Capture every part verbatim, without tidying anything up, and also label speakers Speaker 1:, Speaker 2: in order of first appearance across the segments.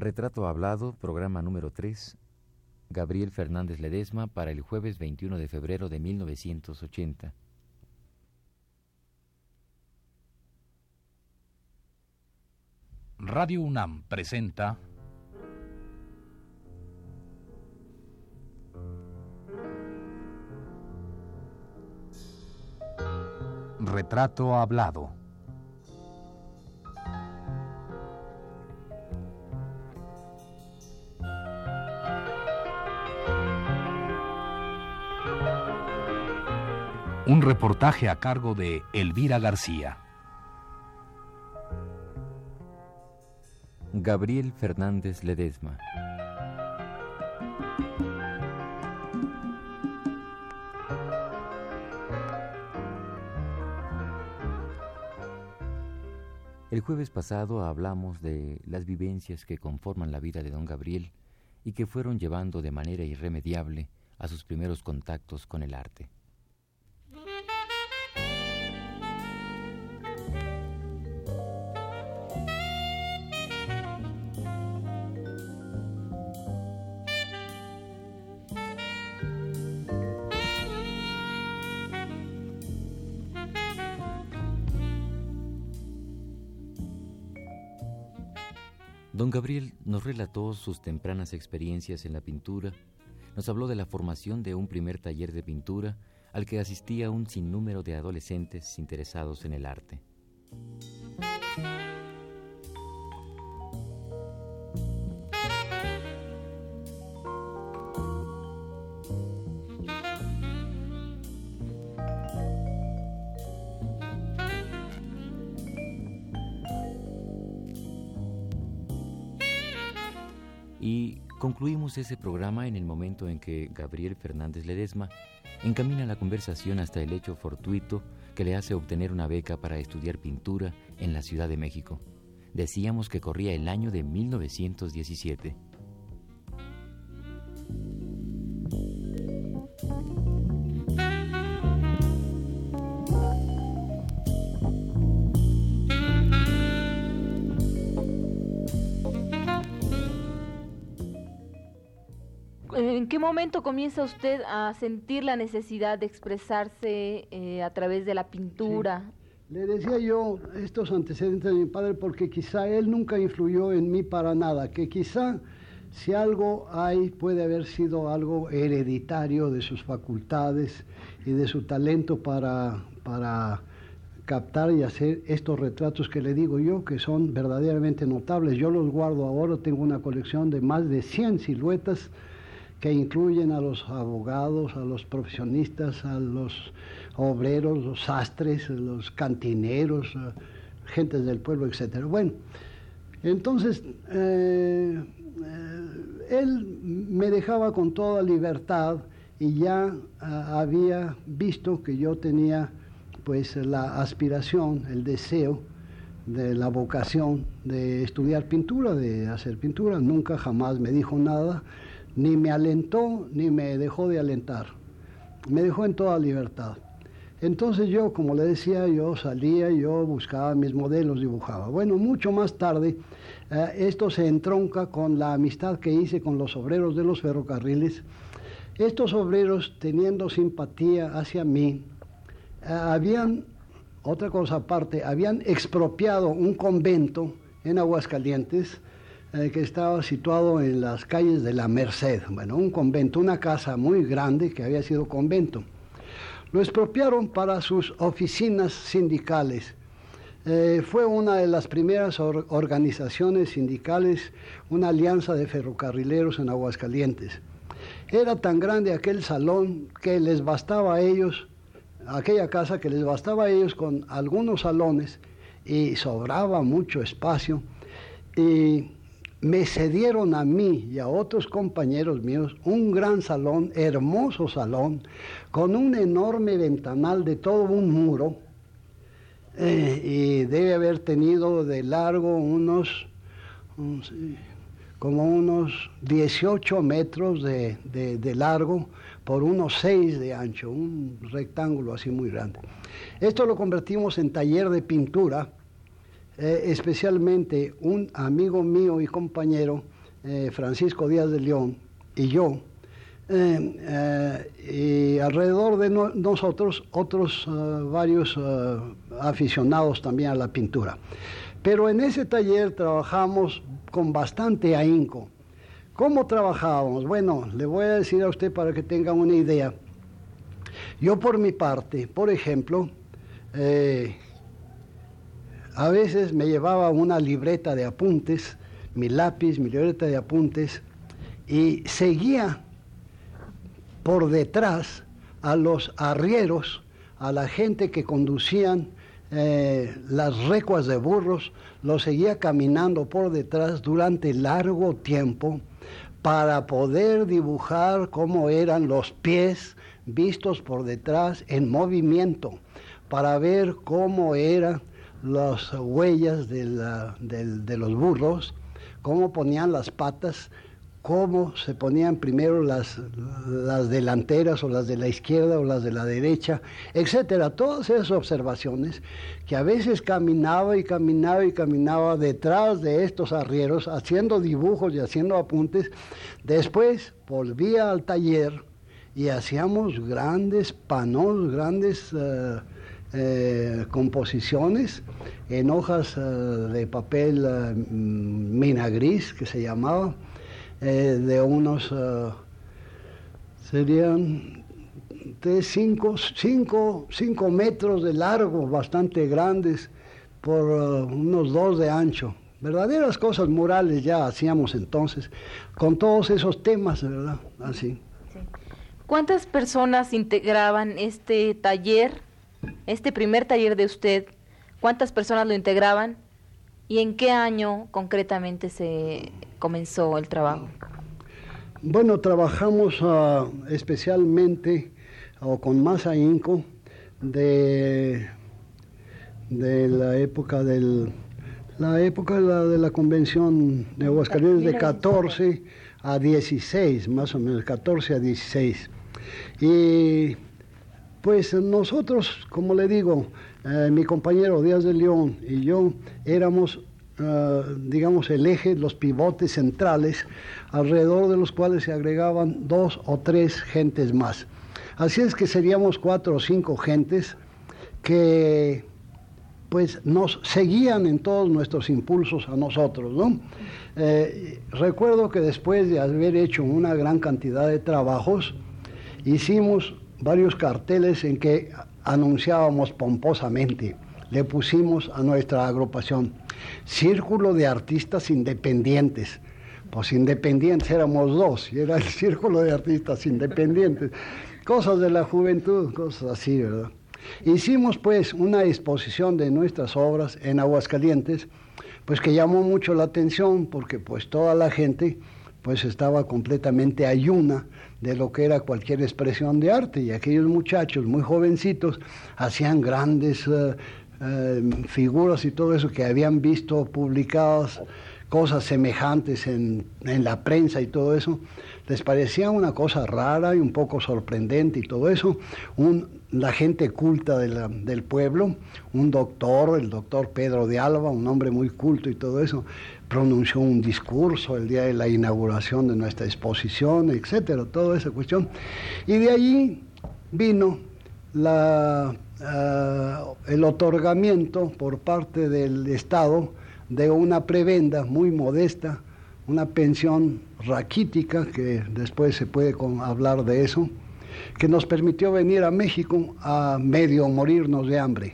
Speaker 1: Retrato Hablado, programa número tres, Gabriel Fernández Ledesma, para el jueves veintiuno de febrero de mil novecientos ochenta.
Speaker 2: Radio UNAM presenta Retrato Hablado. Un reportaje a cargo de Elvira García.
Speaker 1: Gabriel Fernández Ledesma. El jueves pasado hablamos de las vivencias que conforman la vida de don Gabriel y que fueron llevando de manera irremediable a sus primeros contactos con el arte. Don Gabriel nos relató sus tempranas experiencias en la pintura, nos habló de la formación de un primer taller de pintura al que asistía un sinnúmero de adolescentes interesados en el arte. Y concluimos ese programa en el momento en que Gabriel Fernández Ledesma encamina la conversación hasta el hecho fortuito que le hace obtener una beca para estudiar pintura en la Ciudad de México. Decíamos que corría el año de mil novecientos diecisiete.
Speaker 3: ¿En qué momento comienza usted a sentir la necesidad de expresarse eh, a través de la pintura?
Speaker 4: Sí. Le decía yo estos antecedentes de mi padre porque quizá él nunca influyó en mí para nada, que quizá si algo hay puede haber sido algo hereditario de sus facultades y de su talento para, para captar y hacer estos retratos que le digo yo, que son verdaderamente notables. Yo los guardo ahora, tengo una colección de más de cien siluetas que incluyen a los abogados, a los profesionistas, a los obreros, los sastres, los cantineros, gentes del pueblo, etcétera. Bueno, entonces eh, eh, él me dejaba con toda libertad y ya uh, había visto que yo tenía pues la aspiración, el deseo de la vocación de estudiar pintura, de hacer pintura. Nunca jamás me dijo nada, ni me alentó, ni me dejó de alentar. Me dejó en toda libertad. Entonces yo, como le decía, yo salía, yo buscaba mis modelos, dibujaba. Bueno, mucho más tarde, eh, esto se entronca con la amistad que hice con los obreros de los ferrocarriles. Estos obreros, teniendo simpatía hacia mí, eh, habían, otra cosa aparte, habían expropiado un convento en Aguascalientes, Eh, que estaba situado en las calles de la Merced. Bueno, un convento, una casa muy grande que había sido convento. Lo expropiaron para sus oficinas sindicales. Eh, fue una de las primeras or- organizaciones sindicales, una alianza de ferrocarrileros en Aguascalientes. Era tan grande aquel salón que les bastaba a ellos, aquella casa que les bastaba a ellos con algunos salones, y sobraba mucho espacio, y me cedieron a mí y a otros compañeros míos un gran salón, hermoso salón, con un enorme ventanal de todo un muro, eh, y debe haber tenido de largo unos, um, como unos dieciocho metros de, de, de largo por unos seis de ancho, un rectángulo así muy grande. Esto lo convertimos en taller de pintura. Eh, especialmente un amigo mío y compañero eh, Francisco Díaz de León y yo, eh, eh, y alrededor de no, nosotros otros uh, varios uh, aficionados también a la pintura. Pero en ese taller trabajamos con bastante ahínco. ¿Cómo trabajábamos? Bueno, le voy a decir a usted para que tenga una idea. Yo por mi parte, por ejemplo, eh, a veces me llevaba una libreta de apuntes, mi lápiz, mi libreta de apuntes, y seguía por detrás a los arrieros, a la gente que conducían eh, las recuas de burros, los seguía caminando por detrás durante largo tiempo para poder dibujar cómo eran los pies vistos por detrás en movimiento, para ver cómo eran las huellas de, la, de, de los burros, cómo ponían las patas, cómo se ponían primero las, las delanteras o las de la izquierda o las de la derecha, etcétera. Todas esas observaciones que a veces caminaba y caminaba y caminaba detrás de estos arrieros, haciendo dibujos y haciendo apuntes. Después volvía al taller y hacíamos grandes panos, grandes uh, eh, composiciones en hojas uh, de papel uh, mina gris, que se llamaba, eh, de unos, uh, serían de cinco, cinco, cinco metros de largo, bastante grandes, por uh, unos dos de ancho. Verdaderas cosas murales ya hacíamos entonces, con todos esos temas, ¿verdad? Así.
Speaker 3: ¿Cuántas personas integraban este taller, este primer taller de usted? ¿Cuántas personas lo integraban? ¿Y en qué año concretamente se comenzó el trabajo?
Speaker 4: Bueno, trabajamos uh, especialmente o con más ahínco de, de la época del la época de la, de la convención de Aguascalientes, de catorce a dieciséis, más o menos, catorce a dieciséis. Y pues nosotros, como le digo, eh, mi compañero Díaz de León y yo éramos, uh, digamos, el eje, los pivotes centrales, alrededor de los cuales se agregaban dos o tres gentes más. Así es que seríamos cuatro o cinco gentes que pues nos seguían en todos nuestros impulsos a nosotros, ¿no? Eh, recuerdo que después de haber hecho una gran cantidad de trabajos, hicimos varios carteles en que anunciábamos pomposamente, le pusimos a nuestra agrupación Círculo de Artistas Independientes. Pues independientes éramos dos, y era el Círculo de Artistas Independientes. Cosas de la juventud, cosas así, ¿verdad? Hicimos pues una exposición de nuestras obras en Aguascalientes, pues que llamó mucho la atención porque pues toda la gente pues estaba completamente ayuna de lo que era cualquier expresión de arte, y aquellos muchachos muy jovencitos hacían grandes uh, uh, figuras y todo eso que habían visto publicadas, cosas semejantes en, en la prensa y todo eso, les parecía una cosa rara y un poco sorprendente y todo eso. Un, la gente culta de la, del pueblo, un doctor, el doctor Pedro de Alba, un hombre muy culto y todo eso, pronunció un discurso el día de la inauguración de nuestra exposición, etcétera, toda esa cuestión. Y de allí vino la, uh, el otorgamiento por parte del Estado de una prebenda muy modesta, una pensión raquítica, que después se puede con, hablar de eso, que nos permitió venir a México a medio morirnos de hambre.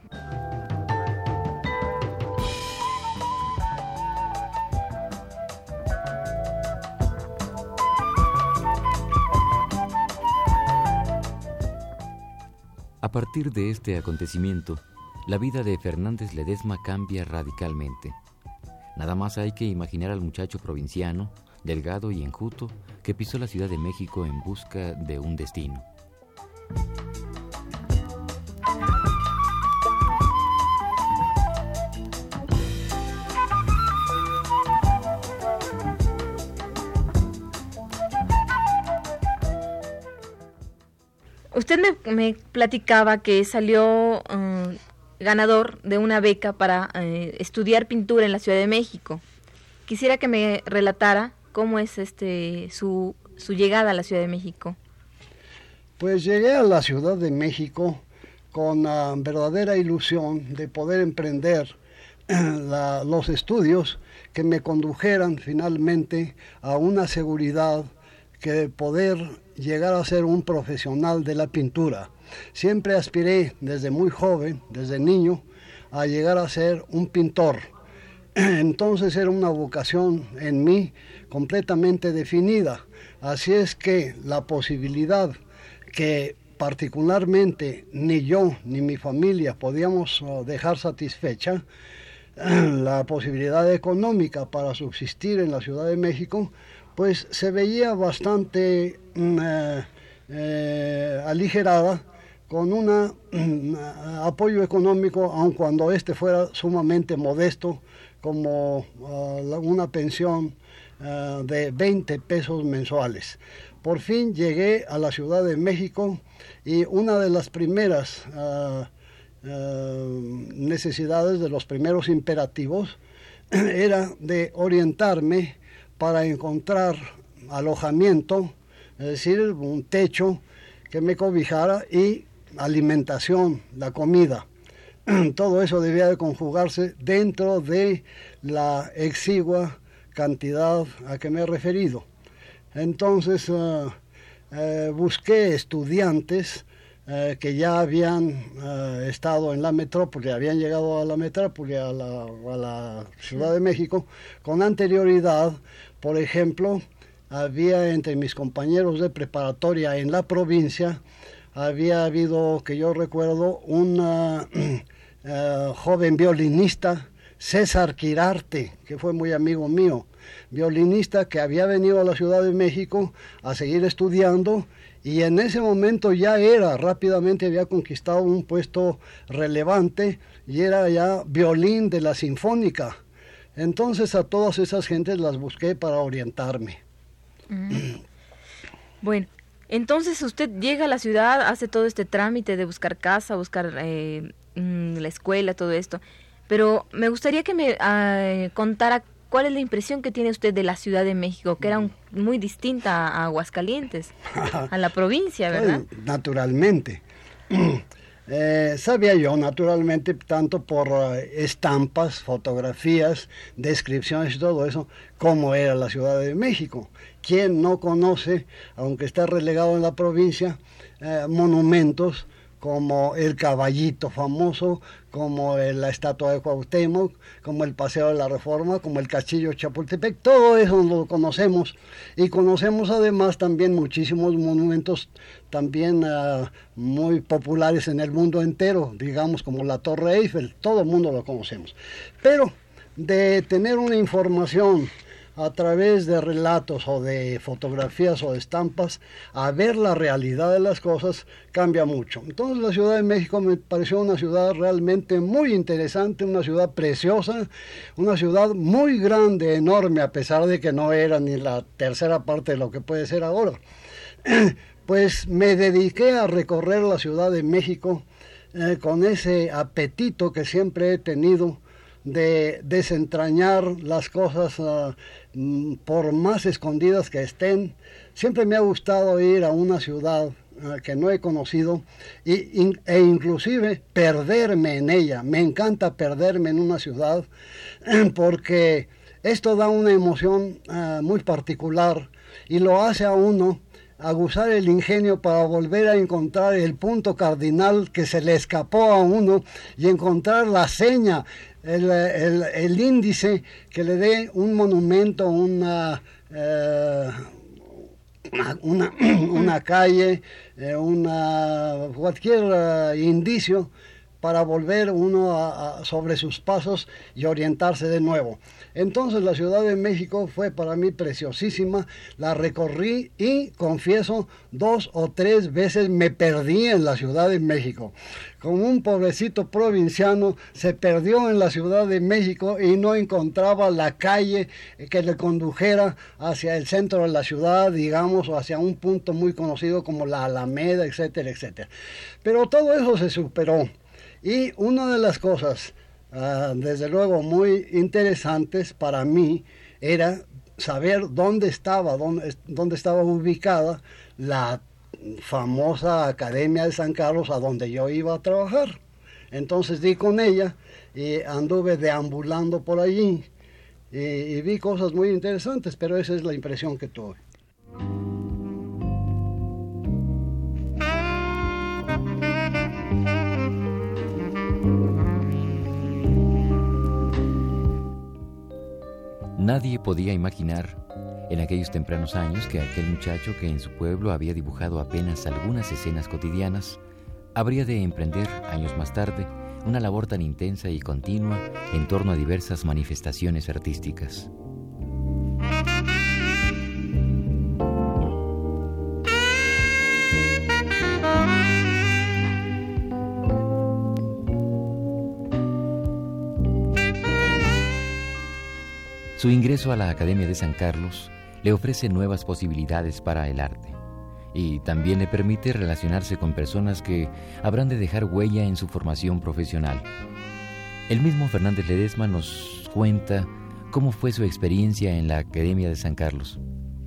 Speaker 1: A partir de este acontecimiento, la vida de Fernández Ledesma cambia radicalmente. Nada más hay que imaginar al muchacho provinciano, delgado y enjuto, que pisó la Ciudad de México en busca de un destino.
Speaker 3: Usted me, me platicaba que salió uh, ganador de una beca para uh, estudiar pintura en la Ciudad de México. quisiera que me relatara cómo es este su, su llegada a la Ciudad de México.
Speaker 4: Pues llegué a la Ciudad de México con la verdadera ilusión de poder emprender la, los estudios que me condujeran finalmente a una seguridad que poder llegar a ser un profesional de la pintura. Siempre aspiré desde muy joven, desde niño, a llegar a ser un pintor. Entonces era una vocación en mí completamente definida. Así es que la posibilidad que particularmente ni yo ni mi familia podíamos dejar satisfecha, la posibilidad económica para subsistir en la Ciudad de México, pues se veía bastante eh, eh, aligerada con un uh, apoyo económico, aun cuando este fuera sumamente modesto, como uh, una pensión uh, de veinte pesos mensuales. Por fin llegué a la Ciudad de México y una de las primeras uh, uh, necesidades, de los primeros imperativos, era de orientarme para encontrar alojamiento, es decir, un techo que me cobijara y alimentación, la comida. Todo eso debía de conjugarse dentro de la exigua cantidad a que me he referido. Entonces uh, uh, busqué estudiantes uh, que ya habían uh, estado en la metrópoli, habían llegado a la metrópoli, a la, a la Ciudad de México, con anterioridad. Por ejemplo, había entre mis compañeros de preparatoria en la provincia, había habido, que yo recuerdo, un uh, uh, joven violinista, César Quirarte, que fue muy amigo mío, violinista que había venido a la Ciudad de México a seguir estudiando, y en ese momento ya era, rápidamente había conquistado un puesto relevante y era ya violín de la Sinfónica. Entonces a todas esas gentes las busqué para orientarme.
Speaker 3: Mm. Bueno, entonces usted llega a la ciudad, hace todo este trámite de buscar casa, buscar eh, la escuela, todo esto, pero me gustaría que me uh, contara cuál es la impresión que tiene usted de la Ciudad de México, que era un, muy distinta a Aguascalientes, a la provincia, ¿verdad?
Speaker 4: Naturalmente. Eh, sabía yo, naturalmente, tanto por uh, estampas, fotografías, descripciones y todo eso, cómo era la Ciudad de México. ¿Quién no conoce, aunque está relegado en la provincia, eh, monumentos como el Caballito famoso, como el, la estatua de Cuauhtémoc, como el Paseo de la Reforma, como el Castillo de Chapultepec? Todo eso lo conocemos, y conocemos además también muchísimos monumentos también uh, muy populares en el mundo entero, digamos como la Torre Eiffel. Todo el mundo lo conocemos, pero de tener una información a través de relatos o de fotografías o de estampas a ver la realidad de las cosas cambia mucho. Entonces la Ciudad de México me pareció una ciudad realmente muy interesante, una ciudad preciosa, una ciudad muy grande, enorme, a pesar de que no era ni la tercera parte de lo que puede ser ahora. Pues me dediqué a recorrer la Ciudad de México eh, con ese apetito que siempre he tenido de desentrañar las cosas uh, por más escondidas que estén. Siempre me ha gustado ir a una ciudad uh, que no he conocido y, in, e inclusive perderme en ella. Me encanta perderme en una ciudad porque esto da una emoción uh, muy particular y lo hace a uno aguzar el ingenio para volver a encontrar el punto cardinal que se le escapó a uno y encontrar la seña, el, el, el índice que le dé un monumento, una, eh, una, una calle, eh, una, cualquier uh, indicio para volver uno a, a, sobre sus pasos y orientarse de nuevo. Entonces la Ciudad de México fue para mí preciosísima, la recorrí y confieso, dos o tres veces me perdí en la Ciudad de México. Como un pobrecito provinciano se perdió en la Ciudad de México y no encontraba la calle que le condujera hacia el centro de la ciudad, digamos, o hacia un punto muy conocido como la Alameda, etcétera, etcétera. Pero todo eso se superó. Y una de las cosas uh, desde luego muy interesantes para mí era saber dónde estaba, dónde, dónde estaba ubicada la famosa Academia de San Carlos a donde yo iba a trabajar. Entonces di con ella y anduve deambulando por allí y, y vi cosas muy interesantes, pero esa es la impresión que tuve.
Speaker 1: Nadie podía imaginar en aquellos tempranos años que aquel muchacho que en su pueblo había dibujado apenas algunas escenas cotidianas habría de emprender, años más tarde, una labor tan intensa y continua en torno a diversas manifestaciones artísticas. Su ingreso a la Academia de San Carlos le ofrece nuevas posibilidades para el arte y también le permite relacionarse con personas que habrán de dejar huella en su formación profesional. El mismo Fernández Ledesma nos cuenta cómo fue su experiencia en la Academia de San Carlos.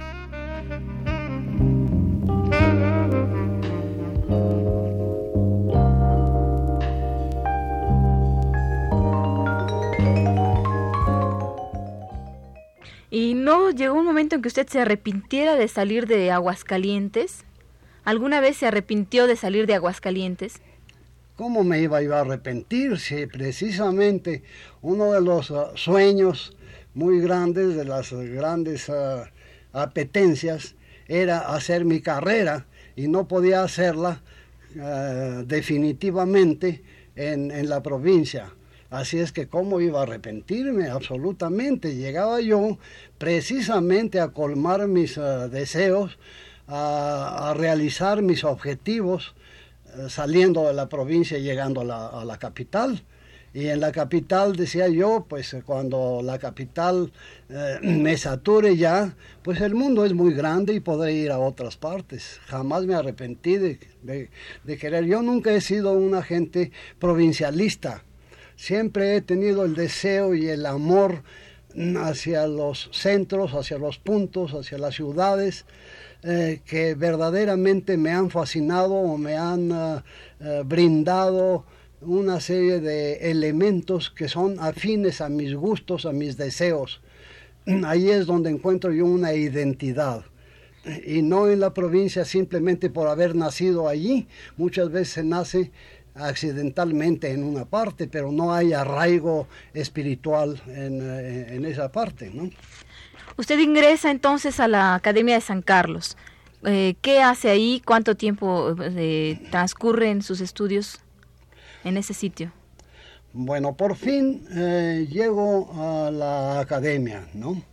Speaker 3: ¿Y no llegó un momento en que usted se arrepintiera de salir de Aguascalientes? ¿Alguna vez se arrepintió de salir de Aguascalientes?
Speaker 4: ¿Cómo me iba yo a arrepentir si precisamente uno de los uh, sueños muy grandes, de las grandes uh, apetencias, era hacer mi carrera y no podía hacerla uh, definitivamente en, en la provincia? Así es que cómo iba a arrepentirme, absolutamente. Llegaba yo precisamente a colmar mis uh, deseos, a, a realizar mis objetivos, uh, saliendo de la provincia y llegando a la, a la capital. Y en la capital, decía yo, pues cuando la capital uh, me sature ya, pues el mundo es muy grande y podré ir a otras partes. Jamás me arrepentí de, de, de querer. Yo nunca he sido un agente provincialista. Siempre he tenido el deseo y el amor hacia los centros, hacia los puntos, hacia las ciudades, eh, que verdaderamente me han fascinado o me han uh, uh, brindado una serie de elementos que son afines a mis gustos, a mis deseos. Ahí es donde encuentro yo una identidad. Y no en la provincia simplemente por haber nacido allí. Muchas veces se nace accidentalmente en una parte, pero no hay arraigo espiritual en, en esa parte, ¿no?
Speaker 3: Usted ingresa entonces a la Academia de San Carlos. Eh, ¿Qué hace ahí? ¿Cuánto tiempo eh, transcurre en sus estudios en ese sitio?
Speaker 4: Bueno, por fin eh, llego a la academia, ¿no?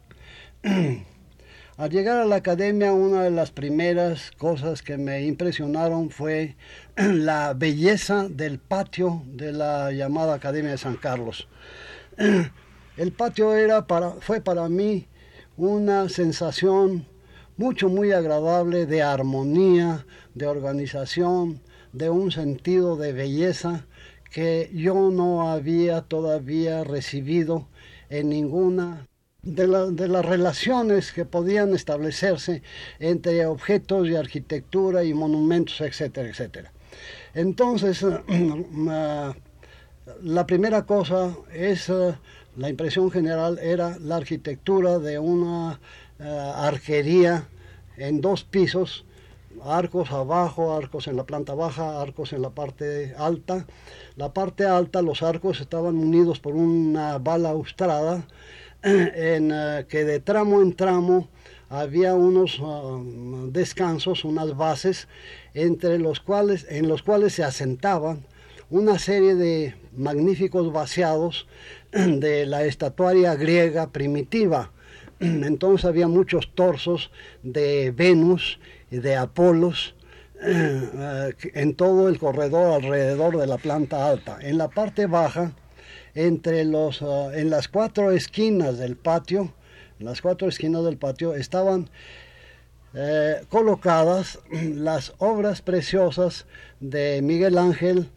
Speaker 4: Al llegar a la academia, una de las primeras cosas que me impresionaron fue la belleza del patio de la llamada Academia de San Carlos. El patio era para, fue para mí una sensación mucho, muy agradable de armonía, de organización, de un sentido de belleza que yo no había todavía recibido en ninguna De, la, de las relaciones que podían establecerse entre objetos de arquitectura y monumentos, etcétera, etcétera. Entonces, uh, uh, la primera cosa es, uh, la impresión general era la arquitectura de una uh, arquería en dos pisos, arcos abajo, arcos en la planta baja, arcos en la parte alta. La parte alta, los arcos estaban unidos por una balaustrada, en uh, que de tramo en tramo había unos uh, descansos, unas bases, entre los cuales, en los cuales se asentaban una serie de magníficos vaciados de la estatuaria griega primitiva. Entonces había muchos torsos de Venus y de Apolos uh, en todo el corredor alrededor de la planta alta. En la parte baja, entre los, uh, en las cuatro esquinas del patio, en las cuatro esquinas del patio estaban eh, colocadas las obras preciosas de Miguel Ángel,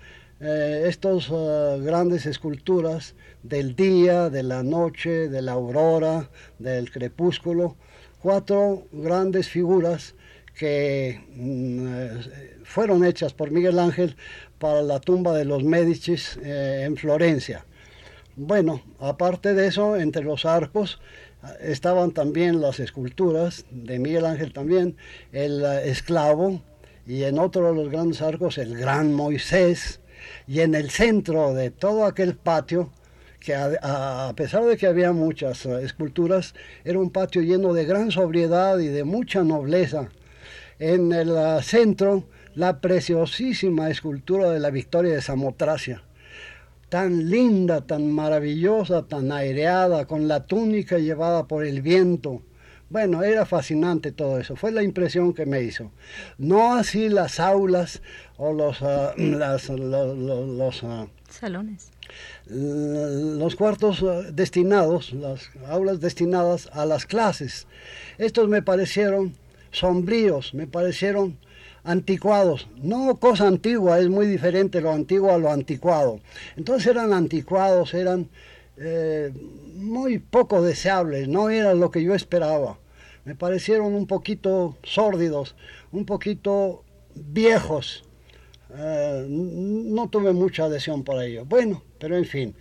Speaker 4: eh, estas uh, grandes esculturas del día, de la noche, de la aurora, del crepúsculo, cuatro grandes figuras que mm, fueron hechas por Miguel Ángel para la tumba de los Médicis eh, en Florencia. Bueno, aparte de eso, entre los arcos estaban también las esculturas de Miguel Ángel también, el uh, esclavo, y en otro de los grandes arcos el gran Moisés, y en el centro de todo aquel patio, que a, a pesar de que había muchas uh, esculturas, era un patio lleno de gran sobriedad y de mucha nobleza. En el uh, centro, la preciosísima escultura de la Victoria de Samotracia, tan linda, tan maravillosa, tan aireada, con la túnica llevada por el viento. Bueno, era fascinante todo eso, fue la impresión que me hizo. No así las aulas o los, uh, las, los, los, los uh,
Speaker 3: salones.
Speaker 4: Los cuartos destinados, las aulas destinadas a las clases. Estos me parecieron sombríos, me parecieron anticuados. No cosa antigua, es muy diferente lo antiguo a lo anticuado. Entonces eran anticuados, eran eh, muy poco deseables, no era lo que yo esperaba. Me parecieron un poquito sórdidos, un poquito viejos. Uh, no tuve mucha adhesión para ello. Bueno, pero en fin.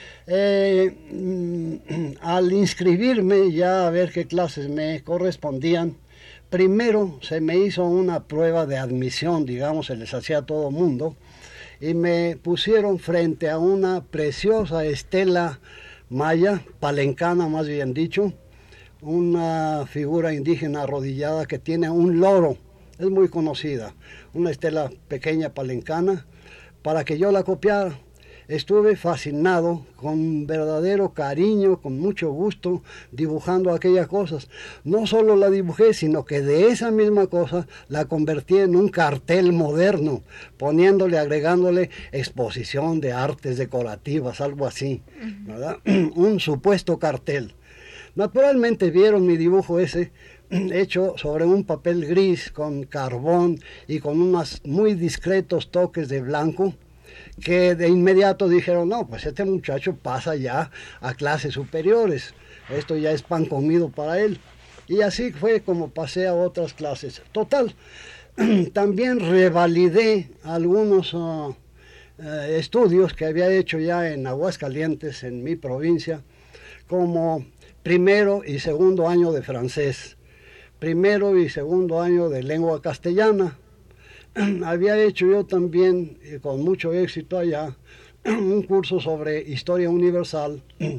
Speaker 4: Eh, al inscribirme ya a ver qué clases me correspondían, primero se me hizo una prueba de admisión, digamos, se les hacía a todo mundo, y me pusieron frente a una preciosa estela maya, palencana más bien dicho, una figura indígena arrodillada que tiene un loro, es muy conocida, una estela pequeña palencana, para que yo la copiara. Estuve fascinado, con verdadero cariño, con mucho gusto, dibujando aquellas cosas. No solo la dibujé, sino que de esa misma cosa la convertí en un cartel moderno, poniéndole, agregándole exposición de artes decorativas, algo así, ¿verdad? Un supuesto cartel. Naturalmente vieron mi dibujo ese, hecho sobre un papel gris con carbón y con unos muy discretos toques de blanco, que de inmediato dijeron, no, pues este muchacho pasa ya a clases superiores, esto ya es pan comido para él. Y así fue como pasé a otras clases. Total, también revalidé algunos uh, uh, estudios que había hecho ya en Aguascalientes, en mi provincia, como primero y segundo año de francés, primero y segundo año de lengua castellana. Había hecho yo también, eh, con mucho éxito allá, un curso sobre historia universal,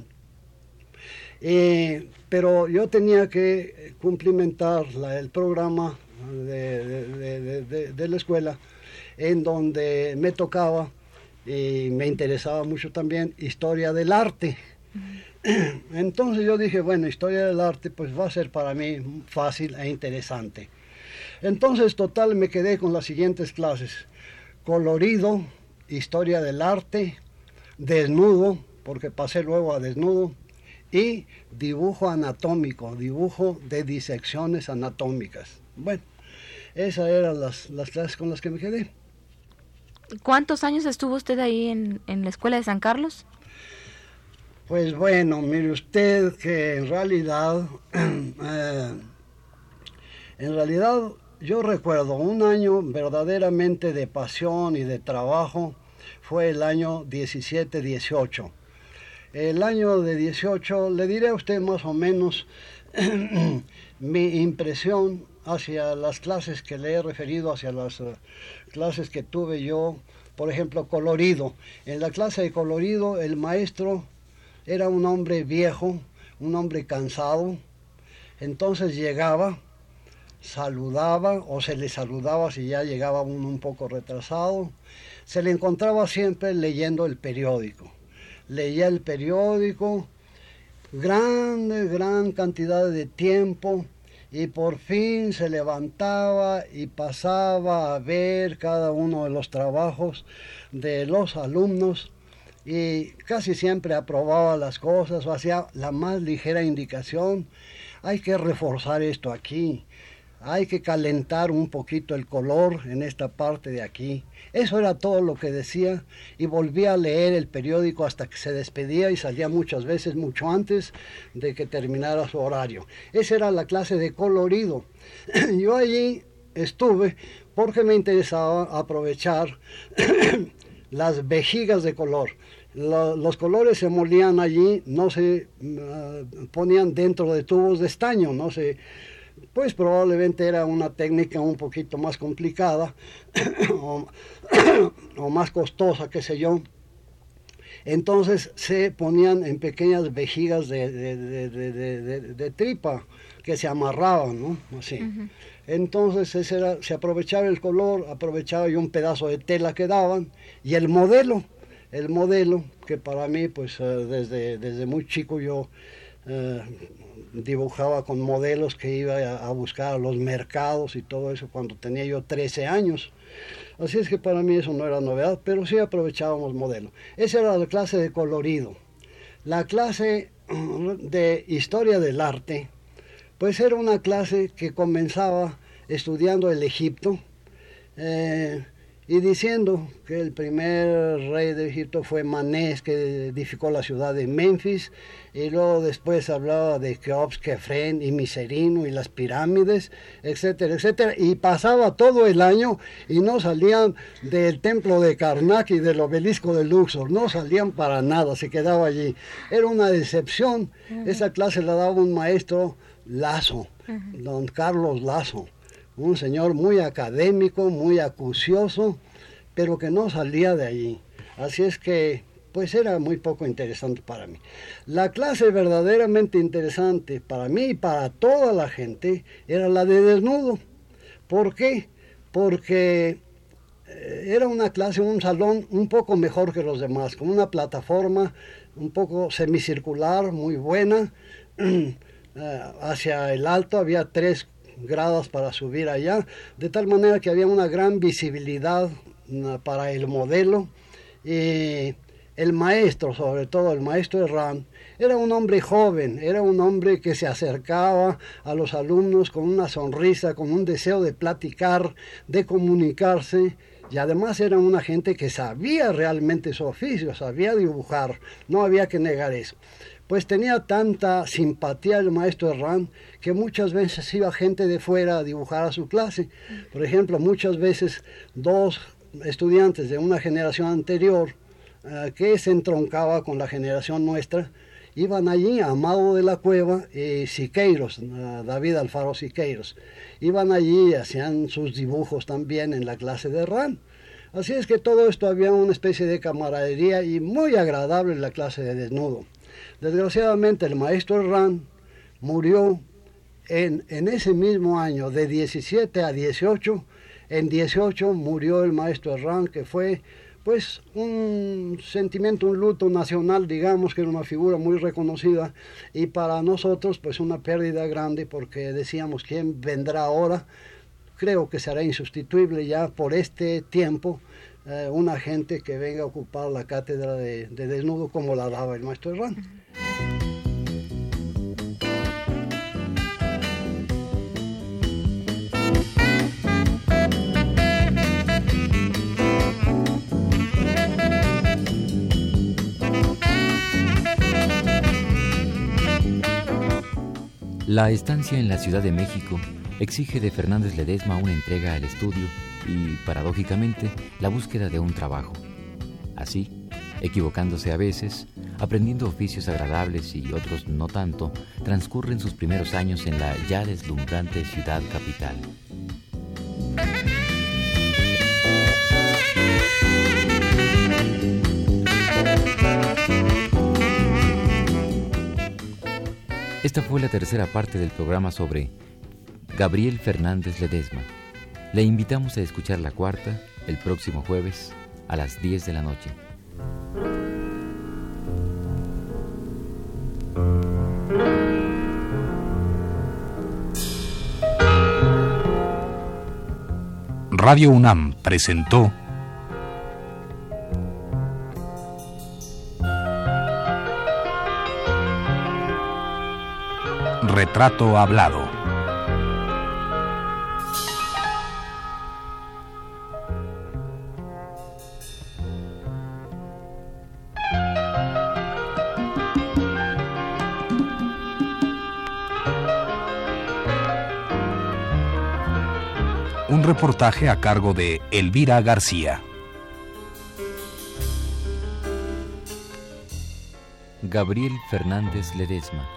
Speaker 4: eh, pero yo tenía que cumplimentar la, el programa de, de, de, de, de la escuela, en donde me tocaba y me interesaba mucho también historia del arte. Entonces yo dije, bueno, historia del arte pues va a ser para mí fácil e interesante. Entonces, total, me quedé con las siguientes clases: colorido, historia del arte, desnudo, porque pasé luego a desnudo, y dibujo anatómico, dibujo de disecciones anatómicas. Bueno, esas eran las, las clases con las que me quedé.
Speaker 3: ¿Cuántos años estuvo usted ahí en, en la escuela de San Carlos?
Speaker 4: Pues bueno, mire usted que en realidad, eh, en realidad yo recuerdo un año verdaderamente de pasión y de trabajo, fue el año diecisiete dieciocho. El año de dieciocho, le diré a usted más o menos mi impresión hacia las clases que le he referido, hacia las uh, clases que tuve yo, por ejemplo, colorido. En la clase de colorido el maestro era un hombre viejo, un hombre cansado, entonces llegaba, saludaba o se le saludaba si ya llegaba uno un poco retrasado, se le encontraba siempre leyendo el periódico, leía el periódico, grande, gran cantidad de tiempo, y por fin se levantaba y pasaba a ver cada uno de los trabajos de los alumnos, y casi siempre aprobaba las cosas o hacía la más ligera indicación: hay que reforzar esto aquí, hay que calentar un poquito el color en esta parte de aquí. Eso era todo lo que decía, y volvía a leer el periódico hasta que se despedía y salía muchas veces mucho antes de que terminara su horario. Esa era la clase de colorido. Yo allí estuve porque me interesaba aprovechar las vejigas de color. Lo, los colores se molían allí, no se uh, ponían dentro de tubos de estaño, no se... Pues probablemente era una técnica un poquito más complicada o, o más costosa, qué sé yo. Entonces se ponían en pequeñas vejigas de, de, de, de, de, de, de tripa que se amarraban, ¿no? Así. Uh-huh. Entonces ese era, se aprovechaba el color, aprovechaba yo un pedazo de tela que daban, y el modelo, el modelo que para mí, pues uh, desde, desde muy chico yo... Uh, dibujaba con modelos que iba a, a buscar a los mercados y todo eso cuando tenía yo trece años. Así es que para mí eso no era novedad, pero sí aprovechábamos modelos. Esa era la clase de colorido. La clase de historia del arte, pues era una clase que comenzaba estudiando el Egipto, eh, y diciendo que el primer rey de Egipto fue Manés, que edificó la ciudad de Memphis, y luego después hablaba de Keops, Kefren y Miserino y las pirámides, etcétera, etcétera, y pasaba todo el año y no salían del templo de Karnak y del obelisco de Luxor, no salían para nada, se quedaba allí. Era una decepción. Uh-huh. Esa clase la daba un maestro Lazo, uh-huh. don Carlos Lazo, un señor muy académico, muy acucioso, pero que no salía de allí. Así es que, pues era muy poco interesante para mí. La clase verdaderamente interesante para mí y para toda la gente era la de desnudo. ¿Por qué? Porque era una clase, un salón un poco mejor que los demás, con una plataforma un poco semicircular, muy buena. Hacia el alto había tres gradas para subir allá, de tal manera que había una gran visibilidad uh, para el modelo. Y el maestro, sobre todo el maestro Herrán, era un hombre joven, era un hombre que se acercaba a los alumnos con una sonrisa, con un deseo de platicar, de comunicarse, y además era una gente que sabía realmente su oficio, sabía dibujar, no había que negar eso. Pues tenía tanta simpatía el maestro Herrán que muchas veces iba gente de fuera a dibujar a su clase. Por ejemplo, muchas veces dos estudiantes de una generación anterior uh, que se entroncaba con la generación nuestra, iban allí, Amado de la Cueva y Siqueiros, uh, David Alfaro Siqueiros. Iban allí y hacían sus dibujos también en la clase de Herrán. Así es que todo esto había una especie de camaradería y muy agradable en la clase de desnudo. Desgraciadamente el maestro Herrán murió en, en ese mismo año, de diecisiete a dieciocho. En dieciocho murió el maestro Herrán, que fue pues un sentimiento, un luto nacional, digamos, que era una figura muy reconocida, y para nosotros pues una pérdida grande, porque decíamos, ¿quién vendrá ahora? Creo que será insustituible ya por este tiempo eh, una gente que venga a ocupar la cátedra de, de desnudo como la daba el maestro Herrán.
Speaker 1: La estancia en la Ciudad de México exige de Fernández Ledesma una entrega al estudio y, paradójicamente, la búsqueda de un trabajo. Así, equivocándose a veces, aprendiendo oficios agradables y otros no tanto, transcurren sus primeros años en la ya deslumbrante ciudad capital. Esta fue la tercera parte del programa sobre Gabriel Fernández Ledesma. Le invitamos a escuchar la cuarta el próximo jueves a las diez de la noche.
Speaker 2: Radio UNAM presentó Retrato Hablado. reportaje a cargo de Elvira García.
Speaker 1: Gabriel Fernández Ledesma.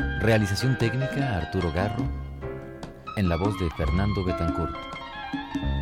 Speaker 1: Realización técnica Arturo Garro, en la voz de Fernando Betancourt.